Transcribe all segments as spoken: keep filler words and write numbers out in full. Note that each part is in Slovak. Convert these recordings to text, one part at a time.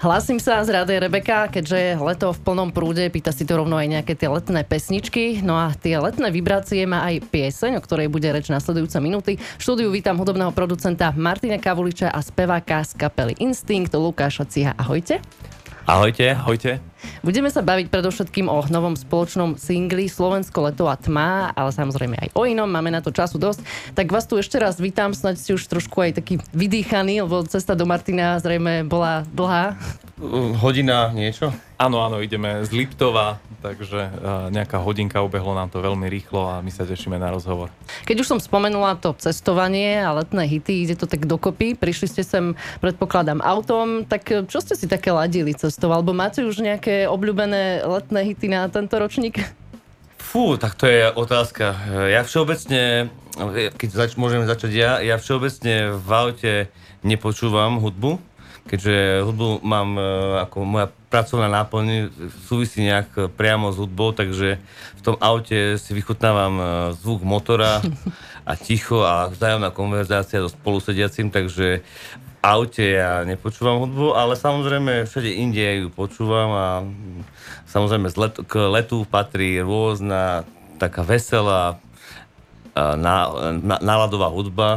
Hlasím sa z Rádia Rebeka, keďže je leto v plnom prúde, pýta si to rovno aj nejaké tie letné pesničky. No a tie letné vibrácie má aj pieseň, o ktorej bude reč nasledujúce minúty. V štúdiu vítam hudobného producenta Martina Kavuliča a speváka z kapely Instinct Lukáša Ciha. Ahojte. Ahojte, ahojte. Budeme sa baviť predovšetkým o novom spoločnom singli Slovensko, leto a tma, ale samozrejme aj o inom, máme na to času dosť. Tak vás tu ešte raz vítam, snáď ste už trošku aj taký vydýchaný, lebo cesta do Martina zrejme bola dlhá. Hodina niečo? Áno, áno, ideme z Liptova, takže nejaká hodinka, ubehlo nám to veľmi rýchlo a my sa tešíme na rozhovor. Keď už som spomenula to cestovanie a letné hity, ide to tak dokopy, prišli ste sem, predpokladám, autom, tak čo ste si také ladili cestou, alebo máte už nejaké obľúbené letné hity na tento ročník? Fú, tak to je otázka. Ja všeobecne, keď zač- môžem začať ja, ja všeobecne v aute nepočúvam hudbu, keďže hudbu mám ako moja pracovná náplň, súvisí nejak priamo s hudbou, takže v tom aute si vychutnávam zvuk motora a ticho a vzájomná konverzácia so spolusediacim, takže v aute ja nepočúvam hudbu, ale samozrejme všade inde ju počúvam a samozrejme z letu, k letu patrí rôzna taká veselá ná, ná, náladová hudba.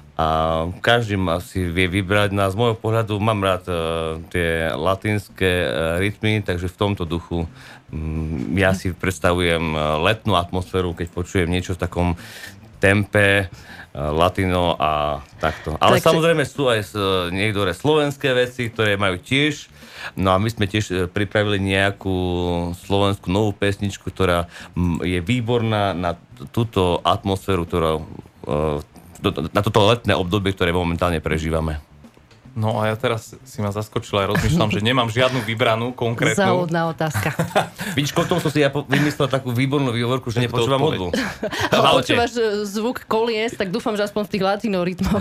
A každý ma si vie vybrať. No a z môjho pohľadu mám rád uh, tie latinské uh, rytmy, takže v tomto duchu um, ja si predstavujem uh, letnú atmosféru, keď počujem niečo v takom tempe, uh, latino a takto. Ale tak samozrejme sú aj uh, niektoré slovenské veci, ktoré majú tiež. No a my sme tiež uh, pripravili nejakú slovenskú novú pesničku, ktorá um, je výborná na t- túto atmosféru, ktorá uh, na toto letné obdobie, ktoré momentálne prežívame. No a ja teraz si ma zaskočil a rozmýšľam, že nemám žiadnu vybranú konkrétnu. Závodná otázka. Vidíš, potom som si ja vymyslel takú výbornú výhovorku, že nepočúvam hudbu. Ale počúvaš zvuk kolies, tak dúfam, že aspoň v tých latinorytmoch.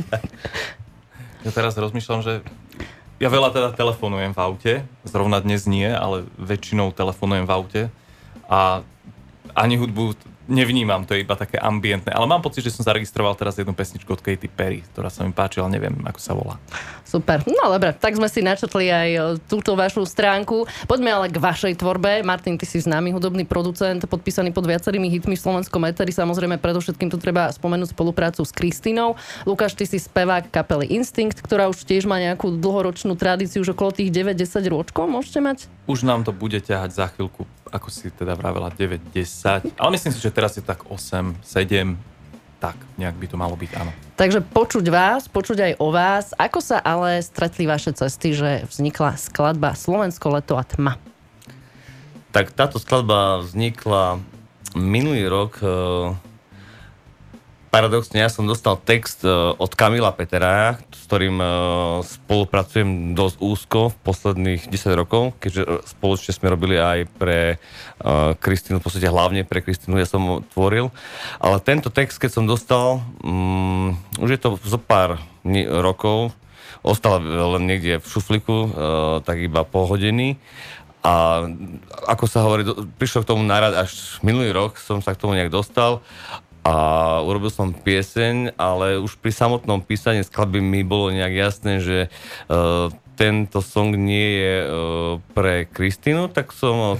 Ja teraz rozmýšľam, že ja veľa teda telefonujem v aute, zrovna dnes nie, ale väčšinou telefonujem v aute a ani hudbu nevnímam, to je iba také ambientné. Ale mám pocit, že som zaregistroval teraz jednu pesničku od Katy Perry, ktorá sa mi páčila, neviem, ako sa volá. Super. No dobre, tak sme si načetli aj túto vašu stránku. Poďme ale k vašej tvorbe. Martin, ty si známy hudobný producent, podpísaný pod viacerými hitmi v slovenskom éteri. Samozrejme, predovšetkým tu treba spomenúť spoluprácu s Kristinou. Lukáš, ty si spevák kapely Instinct, ktorá už tiež má nejakú dlhoročnú tradíciu, už okolo tých deväť desať ročkov môžete mať? Už nám to bude ťahať za chvíľku, ako si teda vravela, deväť desať. Ale myslím si, že teraz je tak osem sedem. Tak, nejak by to malo byť, áno. Takže počuť vás, počuť aj o vás. Ako sa ale stretli vaše cesty, že vznikla skladba Slovensko, leto a tma? Tak táto skladba vznikla minulý rok. Paradoxne, ja som dostal text od Kamila Petera, s ktorým spolupracujem dosť úzko v posledných desať rokov, keďže spoločne sme robili aj pre Kristínu, v podstate hlavne pre Kristínu ja som ho tvoril. Ale tento text, keď som dostal, um, už je to zo pár rokov, ostal len niekde v šufliku, uh, tak iba pohodený. A ako sa hovorí, prišlo k tomu nárad až minulý rok, som sa k tomu nejak dostal. A urobil som pieseň, ale už pri samotnom písaní skladby mi bolo nejak jasné, že uh, tento song nie je uh, pre Kristínu, tak som uh,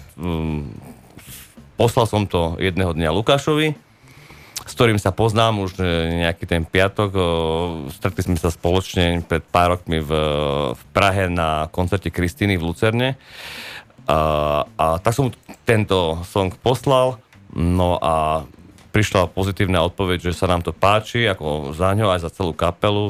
poslal som to jedného dňa Lukášovi, s ktorým sa poznám už nejaký ten piatok. Uh, stretli sme sa spoločne pred pár rokmi v, v Prahe na koncerte Kristíny v Lucerne. Uh, a tak som tento song poslal, no a prišla pozitívna odpoveď, že sa nám to páči, ako za ňo aj za celú kapelu.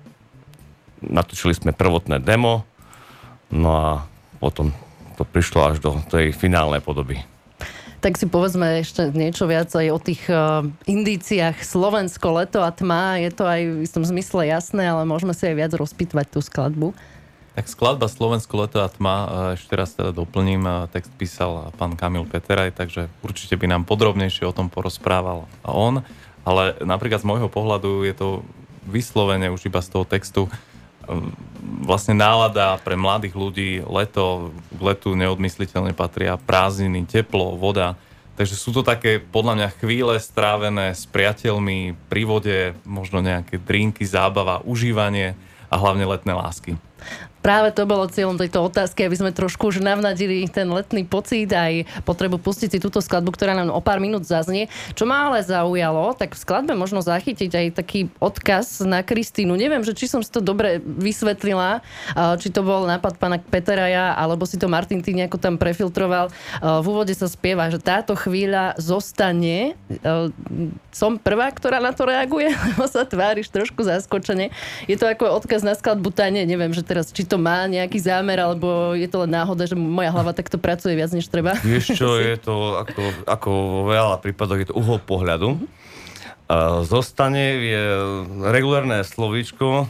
Natočili sme prvotné demo, no a potom to prišlo až do tej finálnej podoby. Tak si povedzme ešte niečo viac aj o tých uh, indíciách Slovensko, leto a tma. Je to aj v istom zmysle jasné, ale môžeme si aj viac rozpýtvať tú skladbu. Tak skladba Slovensko, leto a tma, ešte raz teda doplním, text písal pán Kamil Peteraj, takže určite by nám podrobnejšie o tom porozprával on, ale napríklad z môjho pohľadu je to vyslovene už iba z toho textu vlastne nálada pre mladých ľudí, leto, k letu neodmysliteľne patria prázdniny, teplo, voda, takže sú to také podľa mňa chvíle strávené s priateľmi pri vode, možno nejaké drinky, zábava, užívanie a hlavne letné lásky. Práve to bolo cieľom tejto otázky, aby sme trošku už navnadili ten letný pocit aj potrebu pustiť si túto skladbu, ktorá nám o pár minút zaznie. Čo ma ale zaujalo, tak v skladbe možno zachytiť aj taký odkaz na Kristínu. Neviem, že či som si to dobre vysvetlila, či to bol nápad pána Peteraja, alebo si to Martin ty nejako tam prefiltroval. V úvode sa spieva, že táto chvíľa zostane. Som prvá, ktorá na to reaguje, lebo sa tváriš trošku zaskočene. Je to ako odkaz na skladbu Tane. Neviem, že teraz či to má nejaký zámer, alebo je to len náhoda, že moja hlava takto pracuje viac než treba. Vieš čo, je to ako, ako vo veľa prípadoch, je to uhol pohľadu. Uh, zostane je regulárne slovíčko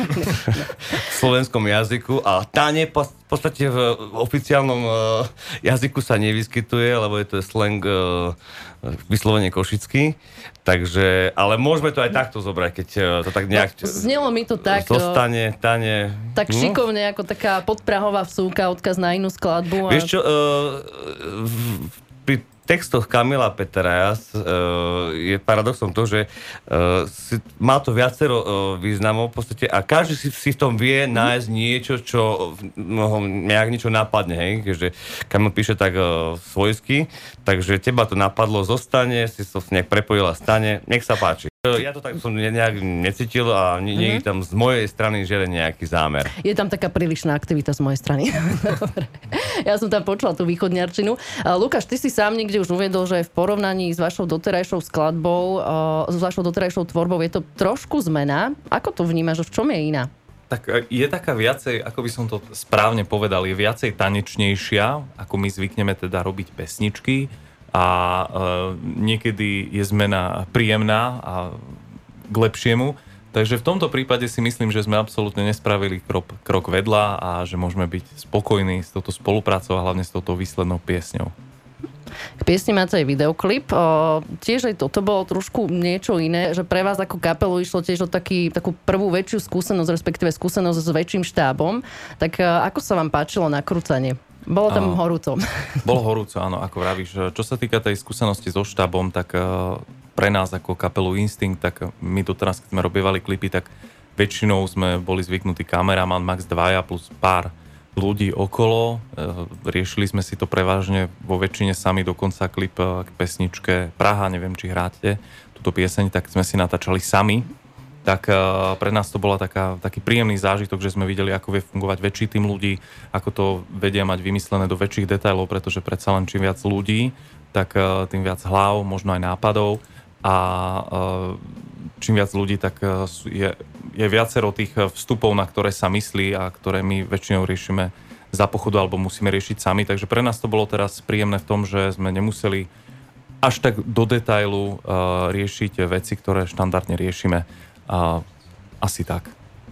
v slovenskom jazyku a Tane v podstate v oficiálnom uh, jazyku sa nevyskytuje, lebo je to slang uh, vyslovene košický. Takže, ale môžeme to aj takto zobrať, keď to tak nejak... No, znelo mi to tak... Zostane, Tane... Tak hm? šikovne, ako taká podprahová vsúka, odkaz na inú skladbu. A... Vieš čo, uh, v, pri textoch Kamila Peteraja uh, je paradoxom to, že uh, si, má to viacero uh, významov v podstate a každý si, si v tom vie nájsť niečo, čo no, nejak niečo napadne, hej, keďže Kamil píše tak uh, svojsky, takže teba to napadlo, zostane, si to nejak prepojila, stane, nech sa páči. Ja to tak som nejak necítil a nie, nie je tam z mojej strany žiaden nejaký zámer. Je tam taká prílišná aktivita z mojej strany. Dobre. Ja som tam počula tú východňarčinu. Lukáš, ty si sám niekde už uviedol, že v porovnaní s vašou doterajšou skladbou, s vašou doterajšou tvorbou je to trošku zmena. Ako to vnímaš? V čom je iná? Tak je taká viacej, ako by som to správne povedal, je viacej tanečnejšia, ako my zvykneme teda robiť pesničky. A e, niekedy je zmena príjemná a k lepšiemu. Takže v tomto prípade si myslím, že sme absolútne nespravili krok, krok vedľa a že môžeme byť spokojní s touto spoluprácou a hlavne s touto výslednou piesňou. K piesni máte aj videoklip. O, tiež aj toto bolo trošku niečo iné, že pre vás ako kapelu išlo tiež o taký, takú prvú väčšiu skúsenosť, respektíve skúsenosť s väčším štábom. Tak ako sa vám páčilo nakrúcanie? Bolo tam uh, horúco. Bolo horúco, áno, ako vravíš. Čo sa týka tej skúsenosti so štábom, tak uh, pre nás ako kapelu Instinct, tak my doteraz, keď sme robievali klipy, tak väčšinou sme boli zvyknutí kameraman max dvaja plus pár ľudí okolo. Uh, riešili sme si to prevažne vo väčšine sami, dokonca klip uh, k pesničke Praha, neviem, či hráte túto pieseň, tak sme si natáčali sami. Tak uh, pre nás to bola taká, taký príjemný zážitok, že sme videli, ako vie fungovať väčší tým ľudí, ako to vedia mať vymyslené do väčších detailov, pretože predsa len čím viac ľudí, tak uh, tým viac hlav, možno aj nápadov a uh, čím viac ľudí, tak uh, je, je viacero tých vstupov, na ktoré sa myslí a ktoré my väčšinou riešime za pochodu alebo musíme riešiť sami. Takže pre nás to bolo teraz príjemné v tom, že sme nemuseli až tak do detailu uh, riešiť veci, ktoré štandardne riešime. A asi tak.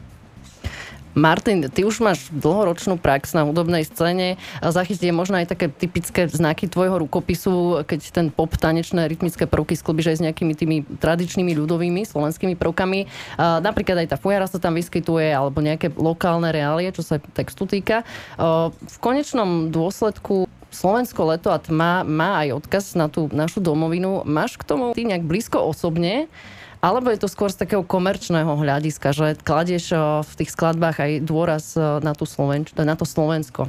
Martin, ty už máš dlhoročnú prax na hudobnej scéne. Zachytíte možno aj také typické znaky tvojho rukopisu, keď ten pop, tanečné, rytmické prvky sklbíš aj s nejakými tými tradičnými ľudovými slovenskými prvkami. Napríklad aj tá fujara sa tam vyskytuje, alebo nejaké lokálne reálie, čo sa textu týka. V konečnom dôsledku Slovensko leto a tma má aj odkaz na tú našu domovinu. Máš k tomu ty nejak blízko osobne? Alebo je to skôr z takého komerčného hľadiska, že kladieš v tých skladbách aj dôraz na, tú Slovenč- na to Slovensko?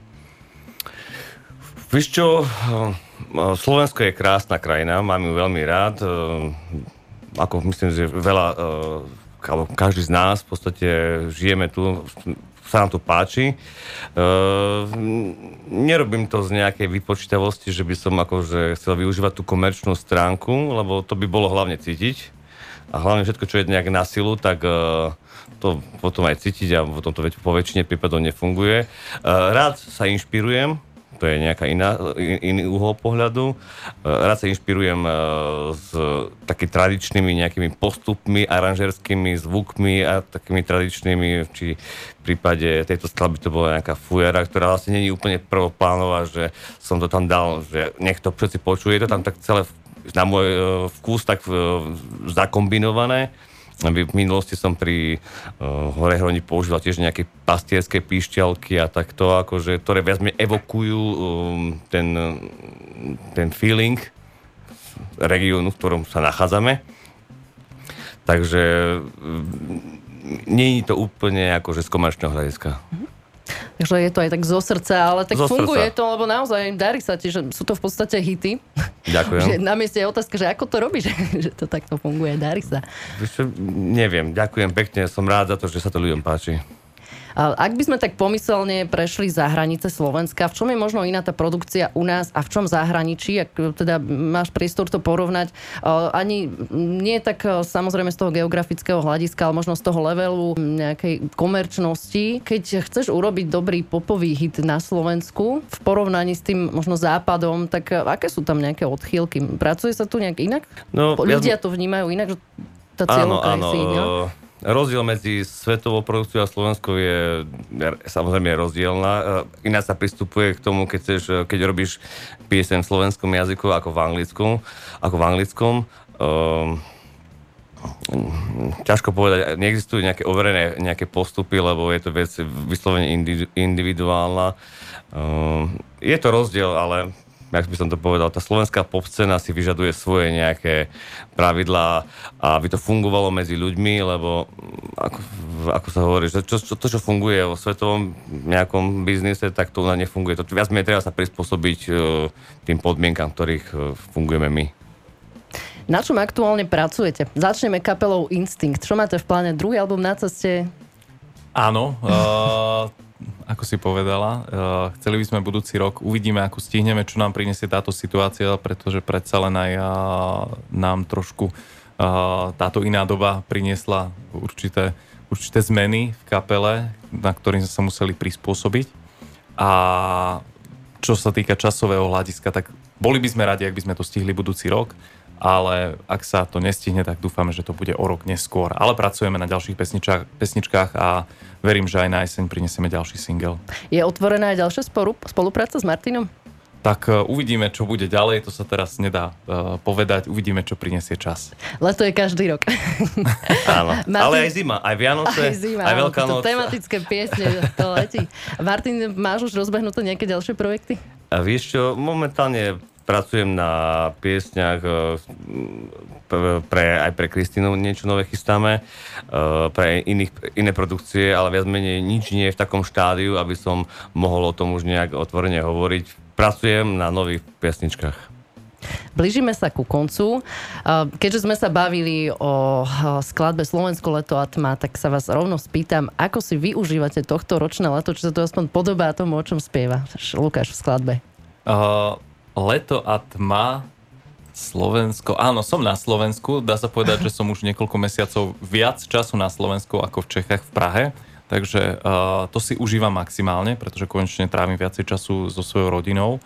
Víš čo, Slovensko je krásna krajina, mám ju veľmi rád. Ako myslím, že veľa, každý z nás v podstate žijeme tu, sa nám to páči. Nerobím to z nejakej vypočítavosti, že by som akože chcel využívať tú komerčnú stránku, lebo to by bolo hlavne cítiť. A hlavne všetko, čo je nejak na silu, tak uh, to potom aj cítiť a potom to po väčšine prípadov nefunguje. Uh, rád sa inšpirujem, to je nejaká iná, in, iný uhol pohľadu. Uh, rád sa inšpirujem uh, s takými tradičnými nejakými postupmi, aranžerskými zvukmi a takými tradičnými, či v prípade tejto skladby to bola nejaká fujara, ktorá vlastne nie je úplne prvoplánová, že som to tam dal, že nech to všetci počuje, je to tam tak celé na môj uh, vkus tak uh, zakombinované. V minulosti som pri uh, Horehroni používal tiež nejaké pastierské píšťalky a takto, akože, ktoré viac menej evokujú um, ten, ten feeling regiónu, v ktorom sa nachádzame. Takže um, nie je to úplne akože z komerčného hľadiska. Takže je to aj tak zo srdca, ale tak Zo funguje srdca. to, lebo naozaj darí sa ti, že sú to v podstate hity. Ďakujem. Že na mieste je otázka, že ako to robíš, že to takto funguje, darí sa. Víš čo, neviem, ďakujem pekne, som rád za to, že sa to ľuďom páči. Ak by sme tak pomyselne prešli za hranice Slovenska, v čom je možno iná tá produkcia u nás a v čom zahraničí, ak teda máš priestor to porovnať, ani nie tak samozrejme z toho geografického hľadiska, ale možno z toho levelu nejakej komerčnosti. Keď chceš urobiť dobrý popový hit na Slovensku v porovnaní s tým možno západom, tak aké sú tam nejaké odchýlky? Pracuje sa tu nejak inak? No, Ľudia ja... to vnímajú inak, že tá Áno, cieľovka je áno. si iná? Rozdiel medzi svetovou produkciou a slovenskou je samozrejme rozdielna. Ináč sa pristupuje k tomu, keď, chceš, keď robíš pieseň v slovenskom jazyku ako v anglickom. Ako v anglickom. Um, ťažko povedať, neexistujú nejaké overené nejaké postupy, lebo je to vec vyslovene individuálna. Um, je to rozdiel, ale jak by som to povedal, tá slovenská pop scéna si vyžaduje svoje nejaké pravidlá, aby to fungovalo medzi ľuďmi, lebo ako, ako sa hovorí, že čo, čo, to, čo funguje vo svetovom nejakom biznise, tak to nefunguje. To viac menej treba sa prispôsobiť uh, tým podmienkam, v ktorých uh, fungujeme my. Na čom aktuálne pracujete? Začneme kapelou Instinct. Čo máte v pláne? Druhý album na ceste? Áno, uh, ako si povedala, uh, chceli by sme budúci rok, uvidíme, ako stihneme, čo nám prinesie táto situácia, pretože predsa len aj uh, nám trošku uh, táto iná doba priniesla určité, určité zmeny v kapele, na ktorým sme sa museli prispôsobiť. A čo sa týka časového hľadiska, tak boli by sme radi, ak by sme to stihli budúci rok, ale ak sa to nestihne, tak dúfame, že to bude o rok neskôr. Ale pracujeme na ďalších pesničkách, pesničkách a verím, že aj na jeseň prinesieme ďalší single. Je otvorená aj ďalšia spolupráca s Martinom? Tak uh, uvidíme, čo bude ďalej, to sa teraz nedá uh, povedať, uvidíme, čo prinesie čas. Leto je každý rok. Áno, Martin... ale aj zima, aj Vianoce, aj, zima, aj Veľká noc. Tematické piesne, to letí. Martin, máš už rozbehnuté nejaké ďalšie projekty? A vieš čo, momentálne pracujem na piesňach, pre, aj pre Kristínu niečo nové chystáme, pre iných, iné produkcie, ale viac menej nič nie je v takom štádiu, aby som mohol o tom už nejak otvorene hovoriť. Pracujem na nových piesničkách. Blížime sa ku koncu. Keďže sme sa bavili o skladbe Slovensko leto a tma, tak sa vás rovno spýtam, ako si využívate tohto ročné leto, či sa to aspoň podobá tomu, o čom spieva Lukáš v skladbe? Uh... Leto a tma, Slovensko. Áno, som na Slovensku. Dá sa povedať, že som už niekoľko mesiacov viac času na Slovensku ako v Čechách, v Prahe. Takže uh, to si užívam maximálne, pretože konečne trávim viacej času so svojou rodinou.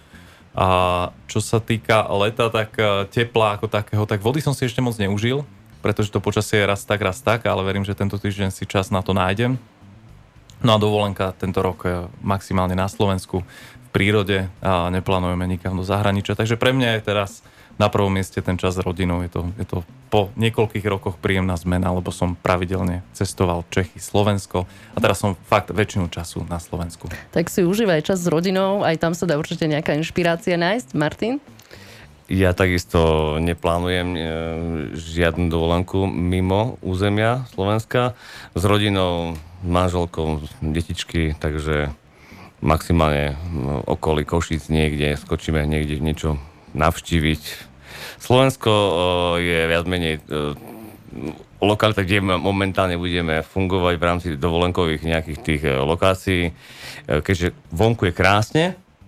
A čo sa týka leta, tak uh, tepla ako takého, tak vody som si ešte moc neužil, pretože to počasie je raz tak, raz tak, ale verím, že tento týždeň si čas na to nájdem. No a dovolenka tento rok je maximálne na Slovensku, v prírode a neplánujeme nikam do zahraničia. Takže pre mňa je teraz na prvom mieste ten čas s rodinou. Je to, je to po niekoľkých rokoch príjemná zmena, lebo som pravidelne cestoval Čechy, Slovensko a teraz som fakt väčšinu času na Slovensku. Tak si užívaj čas s rodinou, aj tam sa dá určite nejaká inšpirácia nájsť. Martin? Ja takisto neplánujem e, žiadnu dovolenku mimo územia Slovenska. S rodinou, manželkou, detičky, takže maximálne okolí Košíc niekde, skočíme niekde niečo navštíviť. Slovensko je viac menej lokalita, kde momentálne budeme fungovať v rámci dovolenkových nejakých tých lokácií. Keďže vonku je krásne,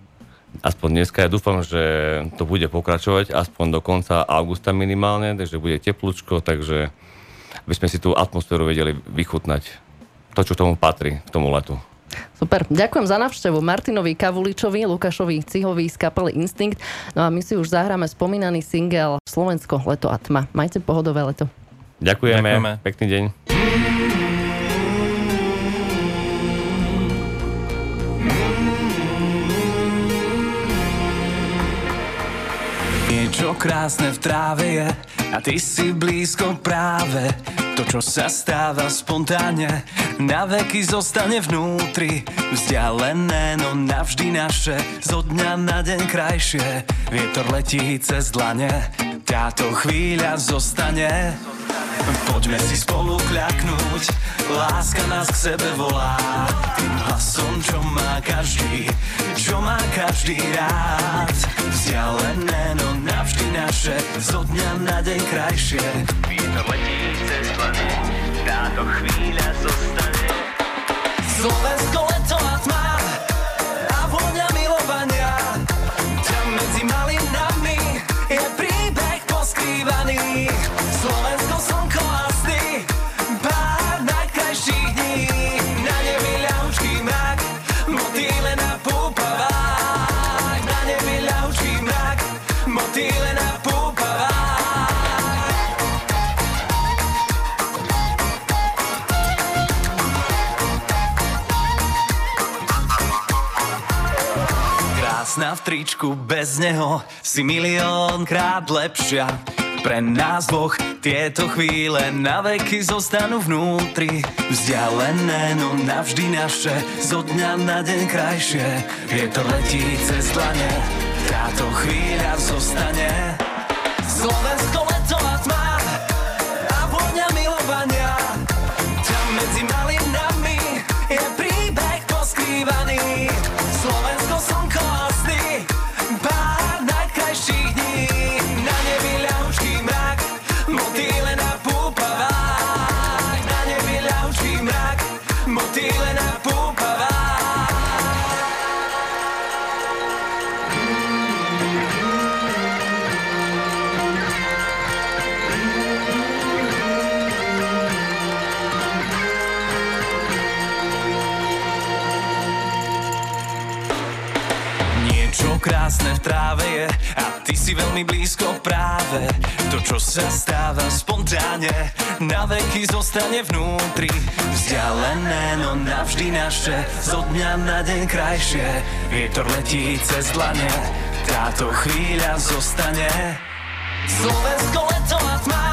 aspoň dneska, ja dúfam, že to bude pokračovať aspoň do konca augusta minimálne, takže bude teplúčko, takže aby sme si tú atmosféru vedeli vychutnať. To, čo tomu patrí, k tomu letu. Super, ďakujem za návštevu Martinovi Kavuličovi, Lukášovi Cihovi z kapely Instinct. No a my si už zahráme spomínaný single Slovensko leto a tma. Majte pohodové leto. Ďakujeme, Ďakujeme. Pekný deň. Niečo krásne v tráve je a ty si blízko práve. To, čo sa stáva spontánne, na veky zostane vnútri. Vzdialené, no navždy naše, zo dňa na deň krajšie. Vietor letí cez dlane, táto chvíľa zostane. Poďme si spolu kľaknúť, láska nás k sebe volá. Tým hlasom, čo má každý, čo má každý rád. Vzdialené, no navždy naše, zo dňa na deň krajšie. Vietor letí cez dlane, táto chvíľa zostane. Slovensko, leto a tma a vôňa milovania. Tam medzi malinami je príbeh poskrývaný. Slovensko, slnko a sny, pár najkrajších dní. Na nebi ľahučký mrak, motýle na púpavách. Na nebi ľahučký mrak, motýle na púpavách. Krásna v tričku, bez neho si miliónkrát lepšia. Pre nás dvoch tieto chvíle na veky zostanú vnútri. Vzdialené, no navždy naše, zo dňa na deň krajšie. Vietor letí cez dlane, táto chvíľa zostane. Slovensko, leto a tma a vôňa milovania. Tam medzi malinami je príbeh poskrývaný. Slovensko, slnko a sny, pár najkrajších dní. Na nebi ľahučký mrak, motýle na púpavách. Na nebi ľahučký mrak, motýle na púpavách. Niečo krásne v tráve je a ty si veľmi blízko práve. To, čo sa stáva spontánne, na veky zostane vnútri. Vzdialené, no navždy naše, zo dňa na deň krajšie. Vietor letí cez dlane, táto chvíľa zostane. Slovensko, leto a tma